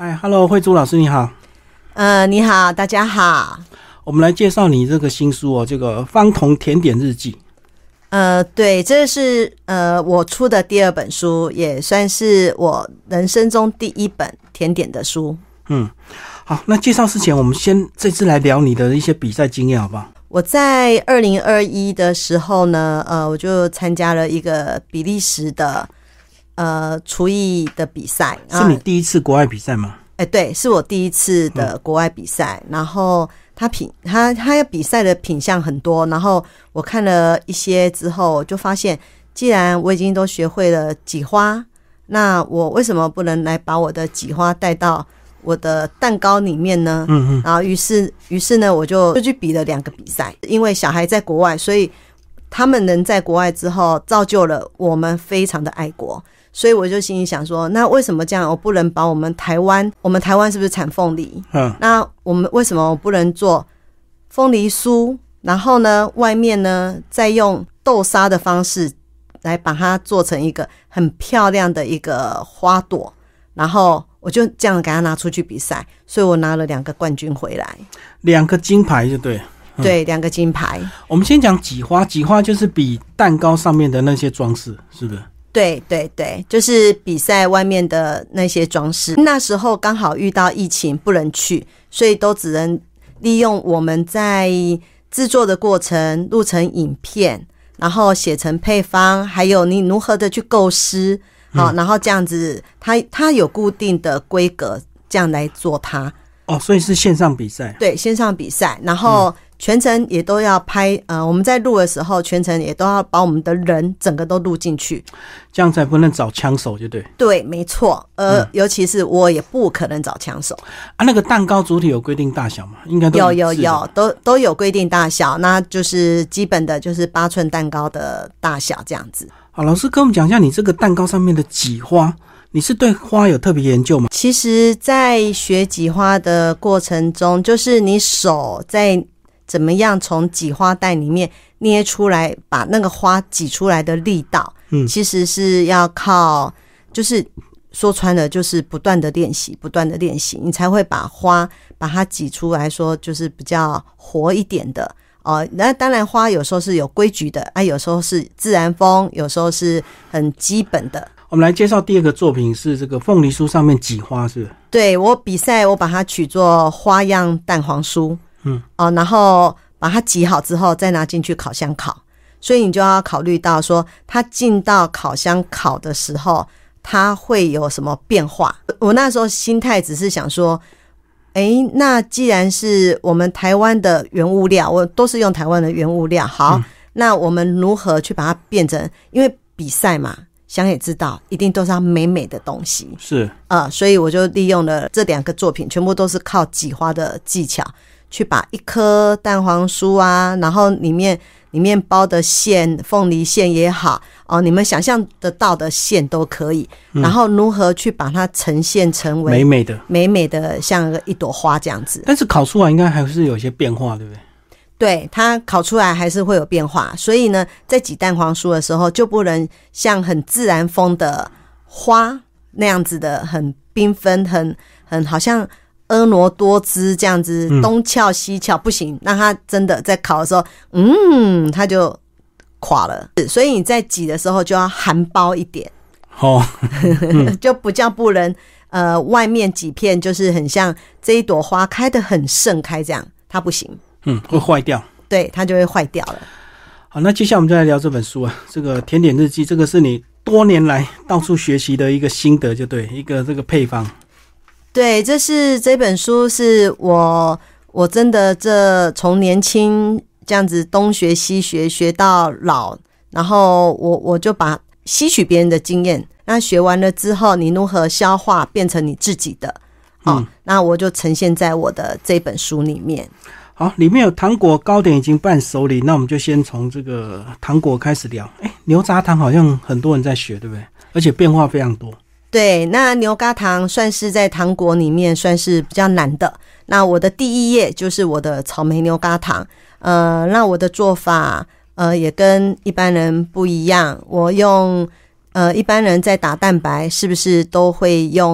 嗨 ，Hello， 慧珠老师你好。 你好，大家好。 我们来介绍你这个新书哦，这个方童甜点日记。 对，这是我出的第2本书，也算是我人生中第1本甜点的书。 好，那介绍之前，我们先这次来聊你的一些比赛经验，好不好？ 我在2021的时候呢，我就参加了一个比利时的厨艺的比赛。 是你第一次国外比赛吗？ 对，是我第一次的国外比赛。然后他比赛的品项很多，然后我看了一些之后，就发现既然我已经都学会了挤花，那我为什么不能来把我的挤花带到我的蛋糕里面呢？然后于是呢，我就去比了2个比赛。因为小孩在国外，所以他们能在国外之后，造就了我们非常的爱国。所以我就心里想说，那为什么这样我不能把我们台湾是不是产凤梨？那我们为什么不能做凤梨酥，然后呢外面呢再用豆沙的方式来把它做成一个很漂亮的一个花朵，然后我就这样给它拿出去比赛。所以我拿了2个冠军回来 ，2个金牌就对。 对，2个金牌。 我们先讲挤花，挤花就是比蛋糕上面的那些装饰，是不是？ 对对对，就是比赛外面的那些装饰。那时候刚好遇到疫情不能去，所以都只能利用我们在制作的过程录成影片，然后写成配方，还有你如何的去构思，然后这样子它有固定的规格，这样来做它。 所以是线上比赛。 对，线上比赛，然后全程也都要拍，我们在录的时候，全程也都要把我们的人整个都录进去，这样才不能找枪手，就对。 对，没错。尤其是我也不可能找枪手啊。那个蛋糕主体有规定大小吗？应该都有，都有规定大小，那就是基本的就是8寸蛋糕的大小这样子。 好，老师跟我们讲一下你这个蛋糕上面的挤花。你是对花有特别研究吗？ 其实在学挤花的过程中，就是你手在怎么样从挤花袋里面捏出来，把那个花挤出来的力道，其实是要靠，就是说穿了就是不断的练习，你才会把花把它挤出来，说就是比较活一点的。那当然花有时候是有规矩的有时候是自然风，有时候是很基本的。 我们来介绍第2个作品是这个凤梨酥上面挤花，是不是？ 对，我比赛我把它取作花样蛋黄酥，然后把它挤好之后再拿进去烤箱烤。所以你就要考虑到说它进到烤箱烤的时候它会有什么变化。我那时候心态只是想说那既然是我们台湾的原物料，我都是用台湾的原物料，好，那我们如何去把它变成，因为比赛嘛，想也知道一定都是要美美的东西， 是所以我就利用了这2个作品，全部都是靠挤花的技巧去把一颗蛋黄酥然后里面包的馅，凤梨馅也好你们想象得到的馅都可以，然后如何去把它呈现成为美美的像一朵花这样子。 但是烤出来应该还是有一些变化，对不对？ 对，它烤出来还是会有变化，所以呢在挤蛋黄酥的时候就不能像很自然风的花那样子的很缤纷，很好像婀娜多姿这样子东翘西翘，不行，让它真的在烤的时候它就垮了。所以你在挤的时候就要含苞一点就不能外面几片就是很像这一朵花开得很盛开这样，它不行， 会坏掉。 对，它就会坏掉了。 好，那接下来我们就来聊这本书这个甜点日记，这个是你多年来到处学习的一个心得，就对，一个这个配方。 对，这本书是我真的从年轻这样子东学西学学到老，然后我就把吸取别人的经验，那学完了之后你如何消化变成你自己的那我就呈现在我的这本书里面。 好，里面有糖果糕点已经伴手礼，那我们就先从这个糖果开始聊。牛轧糖好像很多人在学，对不对？而且变化非常多。 对，那牛轧糖算是在糖果里面算是比较难的。那我的第一页就是我的草莓牛轧糖，那我的做法也跟一般人不一样。我用一般人在打蛋白是不是都会用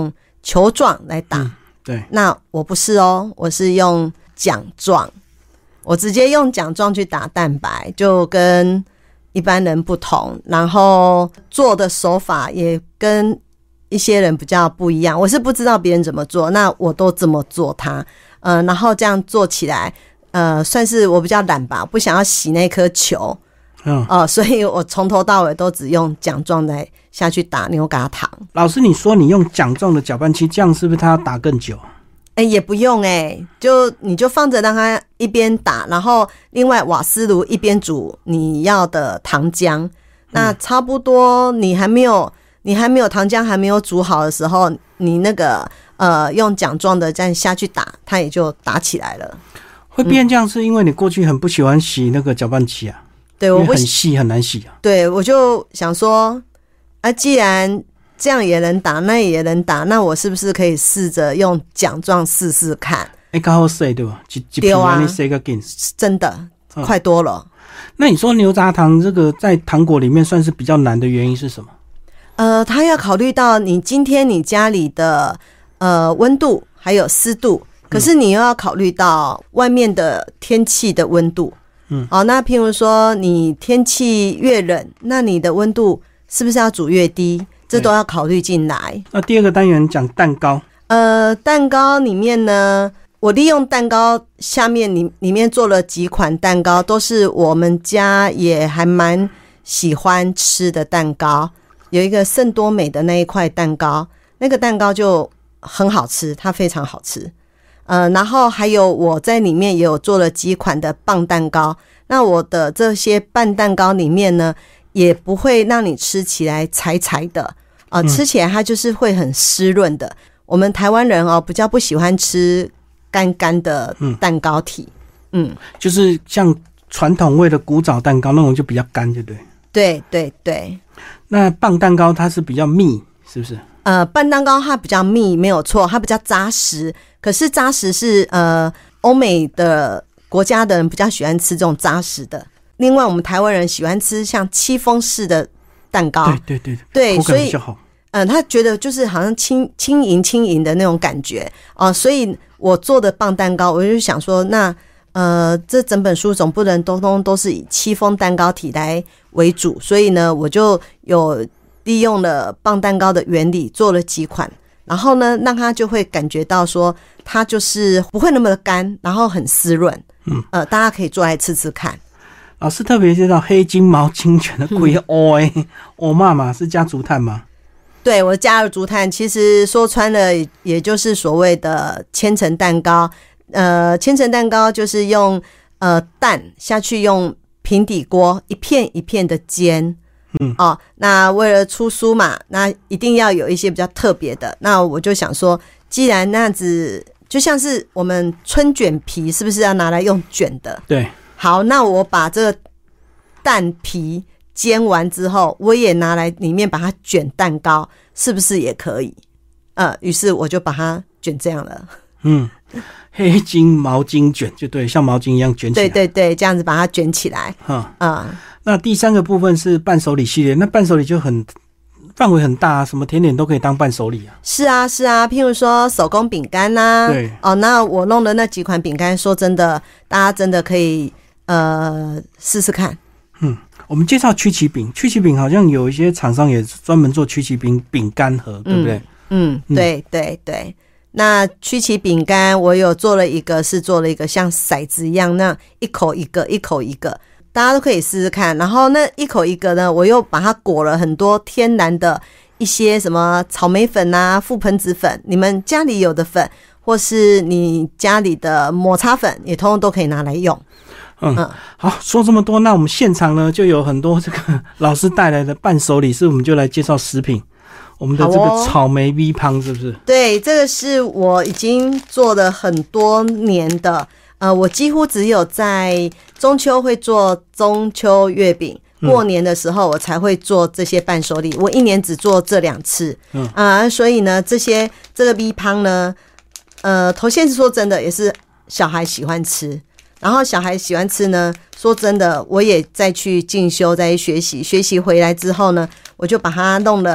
球状来打。 对， 那我不是哦，我是用桨状，我直接用桨状去打蛋白，就跟一般人不同，然后做的手法也跟一些人比较不一样。我是不知道别人怎么做，那我都这么做它，然后这样做起来，算是我比较懒吧，不想要洗那颗球，所以我从头到尾都只用桨状来下去打牛軋糖。 老师，你说你用桨状的搅拌器，这样是不是它要打更久？ 也不用你就放着让它一边打，然后另外瓦斯炉一边煮你要的糖浆。那差不多你还没有糖浆还没有煮好的时候，你那个用桨状的这样下去打，它也就打起来了。 会变这样是因为你过去很不喜欢洗那个搅拌器啊？ 对，我不很细很难洗啊。 对，我就想说既然这样也能打，那也能打，那我是不是可以试着用桨状试试看？ 刚好洗对吧？ 对啊， 你洗个紧， 真的快多了。 那你说牛軋糖这个在糖果里面算是比较难的原因是什么？ 它要考虑到你今天你家里的温度还有湿度，可是你又要考虑到外面的天气的温度。那譬如说你天气越冷，那你的温度是不是要煮越低？这都要考虑进来。 那第二个单元讲蛋糕。 蛋糕里面呢，我利用蛋糕下面里面做了几款蛋糕，都是我们家也还蛮喜欢吃的蛋糕。有一个圣多美的那一块蛋糕，那个蛋糕就很好吃，它非常好吃。然后还有我在里面也有做了几款的棒蛋糕。那我的这些棒蛋糕里面呢，也不会让你吃起来柴柴的，吃起来它就是会很湿润的。我们台湾人比较不喜欢吃干干的蛋糕体， 就是像传统味的古早蛋糕那种就比较干，对不对？ 对对对。 那棒蛋糕它是比较密，是不是？ 棒蛋糕它比较密，没有错，它比较扎实。可是扎实是欧美的国家的人比较喜欢吃这种扎实的。另外，我们台湾人喜欢吃像戚风式的蛋糕，对，所以他觉得就是好像轻盈的那种感觉所以我做的棒蛋糕，我就想说，那这整本书总不能都是以戚风蛋糕体来为主，所以呢，我就有利用了棒蛋糕的原理做了几款，然后呢，让他就会感觉到说，它就是不会那么的干，然后很湿润。大家可以做来吃吃看。 老师特别介绍黑金毛巾卷的龟欧妈妈是加竹炭吗？ 对，我加了竹炭，其实说穿了，也就是所谓的千层蛋糕。千层蛋糕就是用蛋下去用平底锅一片一片的煎。那为了出书嘛，那一定要有一些比较特别的。那我就想说，既然那样子，就像是我们春卷皮，是不是要拿来用卷的？ 对。 好，那我把这个蛋皮煎完之后，我也拿来里面把它卷蛋糕，是不是也可以？于是我就把它卷这样了。 黑金毛巾卷就对，像毛巾一样卷起来。 对对对，这样子把它卷起来。 那第三个部分是伴手礼系列，那伴手礼就很范围很大什么甜点都可以当伴手礼啊。 是啊是啊，譬如说手工饼干啦， 对那我弄的那几款饼干，说真的，大家真的可以试试看。 我们介绍曲奇饼，曲奇饼好像有一些厂商也专门做曲奇饼饼干盒，对不对？ 对对对。那曲奇饼干我有做了一个像骰子一样，那一口一个一口一个，大家都可以试试看。然后那一口一个呢，我又把它裹了很多天然的一些什么草莓粉啊、覆盆子粉，你们家里有的粉，或是你家里的抹茶粉，也通通都可以拿来用。 好，说这么多，那我们现场呢就有很多这个老师带来的伴手礼，是我们就来介绍食品。我们的这个草莓 V 胖是不是？ 对，这个是我已经做了很多年的，我几乎只有在中秋会做中秋月饼，过年的时候我才会做这些伴手礼，我一年只做这2次。所以呢，这个 V 胖呢，头先是说真的，也是小孩喜欢吃。然后小孩喜欢吃呢，说真的，我也再去进修，再去学习回来之后呢，我就把它弄了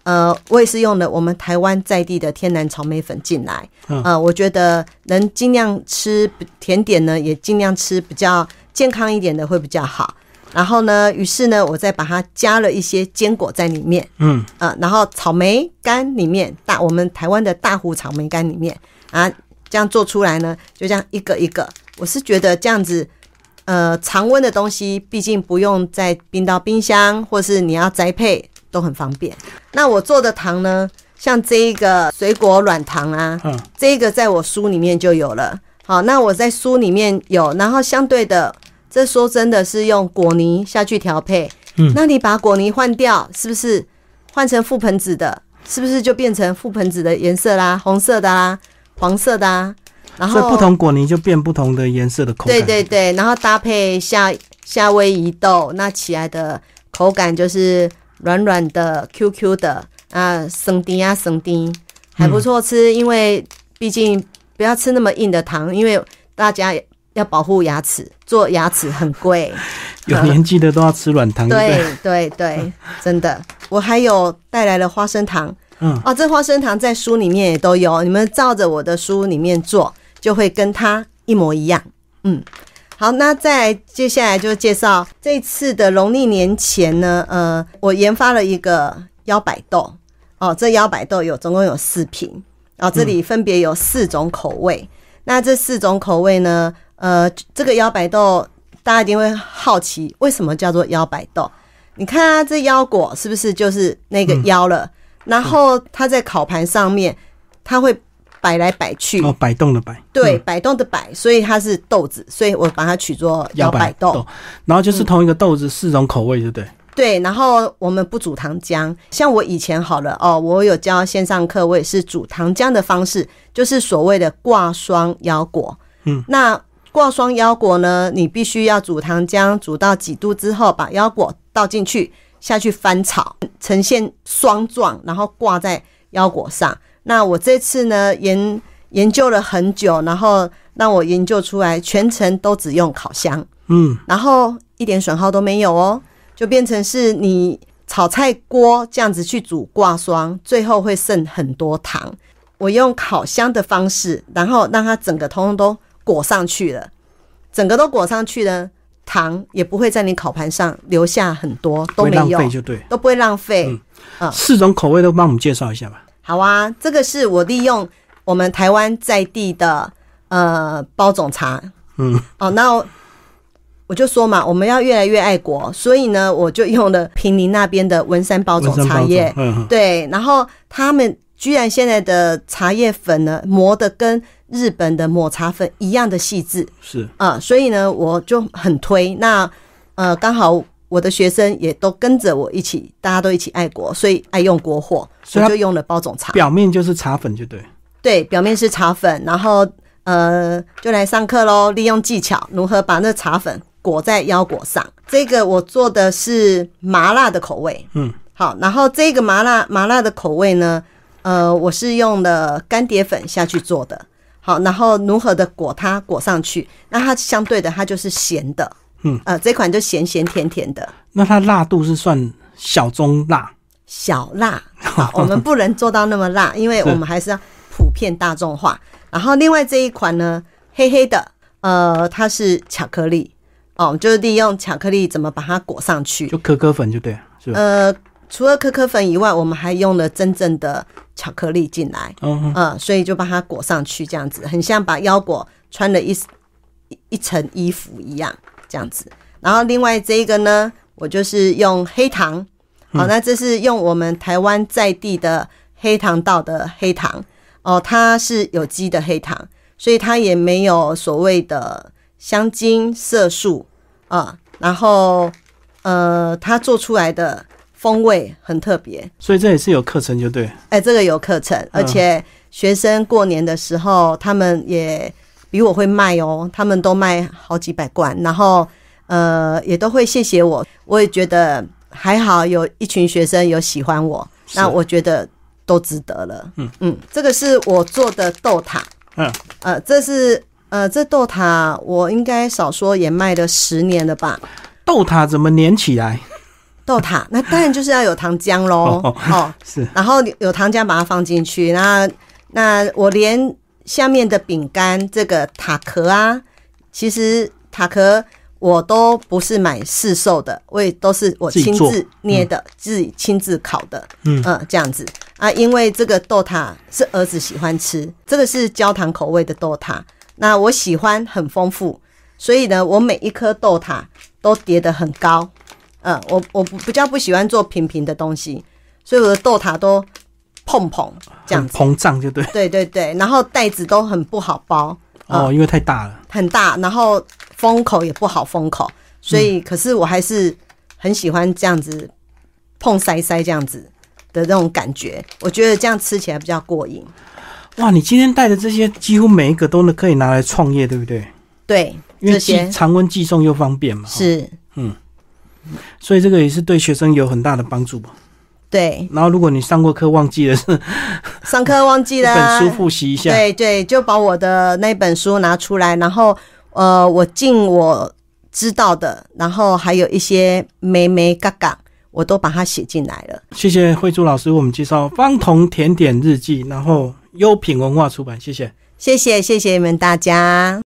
我也是用了我们台湾在地的天然草莓粉进来。我觉得能尽量吃甜点呢，也尽量吃比较健康一点的会比较好。然后呢，于是呢，我再把它加了一些坚果在里面。然后草莓干里面，我们台湾的大湖草莓干里面啊，这样做出来呢，就这样一个一个。我是觉得这样子，常温的东西，毕竟不用再冰到冰箱，或是你要宅配都很方便。那我做的糖呢，像这一个水果软糖啊，这个在我书里面就有了。好，那我在书里面有，然后相对的，这说真的是用果泥下去调配。那你把果泥换掉，是不是换成覆盆子的？是不是就变成覆盆子的颜色啦？红色的啦，黄色的啊。然后所以不同果泥就变不同的颜色的口感。 对对对，然后搭配夏威夷豆，那起来的口感就是软软的 QQ 的啊，生甜啊生甜，还不错吃。因为毕竟不要吃那么硬的糖，因为大家要保护牙齿，做牙齿很贵。 有年纪的都要吃软糖。 对对对，真的。我还有带来了花生糖。这花生糖在书里面也都有，你们照着我的书里面做，就会跟它一模一样。好，那再来接下来就介绍这次的农历年前呢，我研发了一个摇摆豆。这摇摆豆总共有4瓶。这里分别有4种口味。那这4种口味呢，这个摇摆豆大家一定会好奇，为什么叫做摇摆豆？你看啊，这腰果是不是就是那个腰了？然后它在烤盘上面，它会摆来摆去。 摆动的摆。 对，摆动的摆，所以它是豆子，所以我把它取作摇摆豆。 然后就是同一个豆子4种口味，对不对？ 对，然后我们不煮糖浆，像我以前好了我有教线上课，我也是煮糖浆的方式，就是所谓的挂霜腰果。那挂霜腰果呢，你必须要煮糖浆，煮到几度之后，把腰果倒进去，下去翻炒，呈现霜状，然后挂在腰果上。那我这次呢，研究了很久，然后让我研究出来，全程都只用烤箱。然后一点损耗都没有就变成是你炒菜锅这样子去煮挂霜，最后会剩很多糖。我用烤箱的方式，然后让它整个通通都裹上去了，整个都裹上去了，糖也不会在你烤盘上留下很多，都没有， 不会浪费就对， 都不会浪费。 4种口味都帮我们介绍一下吧。 好啊，这个是我利用我们台湾在地的包种茶。那我就说嘛，我们要越来越爱国，所以呢，我就用了坪林那边的文山包种茶叶。对，然后他们居然现在的茶叶粉呢，磨得跟日本的抹茶粉一样的细致。 是所以呢，我就很推。那刚好我的学生也都跟着我一起，大家都一起爱国，所以爱用国货，我就用了包种茶。 表面就是茶粉就对。 对，表面是茶粉，然后就来上课咯，利用技巧如何把那茶粉裹在腰果上。这个我做的是麻辣的口味。好，然后这个麻辣的口味呢，我是用了干碟粉下去做的。好，然后如何的裹上去，那它相对的它就是咸的。这款就咸咸甜甜的。 那它辣度是算小中辣？ 小辣。好，我们不能做到那么辣，因为我们还是要普遍大众化。然后另外这一款呢，黑黑的，它是巧克力。就是利用巧克力怎么把它裹上去， 就可可粉就对了，是吧？ 除了可可粉以外，我们还用了真正的巧克力进来。所以就把它裹上去，这样子很像把腰果穿了一层衣服一样，这样子。然后另外这一个呢，我就是用黑糖。好，那这是用我们台湾在地的黑糖道的黑糖。它是有机的黑糖，所以它也没有所谓的香精色素。然后它做出来的风味很特别， 所以这也是有课程就对。 这个有课程，而且学生过年的时候，他们也比我会卖他们都卖好几百罐，然后也都会谢谢我。我也觉得还好，有一群学生有喜欢我，那我觉得都值得了。这个是我做的豆塔。这是这豆塔我应该少说也卖了10年了吧。 豆塔怎么粘起来？ 豆塔，那当然就是要有糖浆咯。 是， 然后有糖浆把它放进去，那我连下面的饼干这个塔壳啊，其实塔壳我都不是买市售的，我也都是我亲自捏的，自己亲自烤的，这样子啊。因为这个豆塔是儿子喜欢吃，这个是焦糖口味的豆塔，那我喜欢很丰富，所以呢，我每一颗豆塔都叠得很高，我比较不喜欢做平平的东西，所以我的豆塔都碰这样子， 很膨胀就对， 对对对，然后袋子都很不好包， 因为太大了， 很大，然后封口也不好封口，所以可是我还是很喜欢这样子碰塞这样子的那种感觉，我觉得这样吃起来比较过瘾。 哇，你今天带的这些几乎每一个都可以拿来创业，对不对？ 对， 因为常温寄送又方便嘛。 是， 所以这个也是对学生有很大的帮助吧。 对， 然后如果你上过课忘记了， 上课忘记了， 本书复习一下。 对对，就把我的那本书拿出来，然后我尽我知道的，然后还有一些眉嘎嘎，我都把它写进来了。 谢谢慧珠老师为我们介绍方童甜点日记，然后优品文化出版，谢谢， 谢谢你们大家。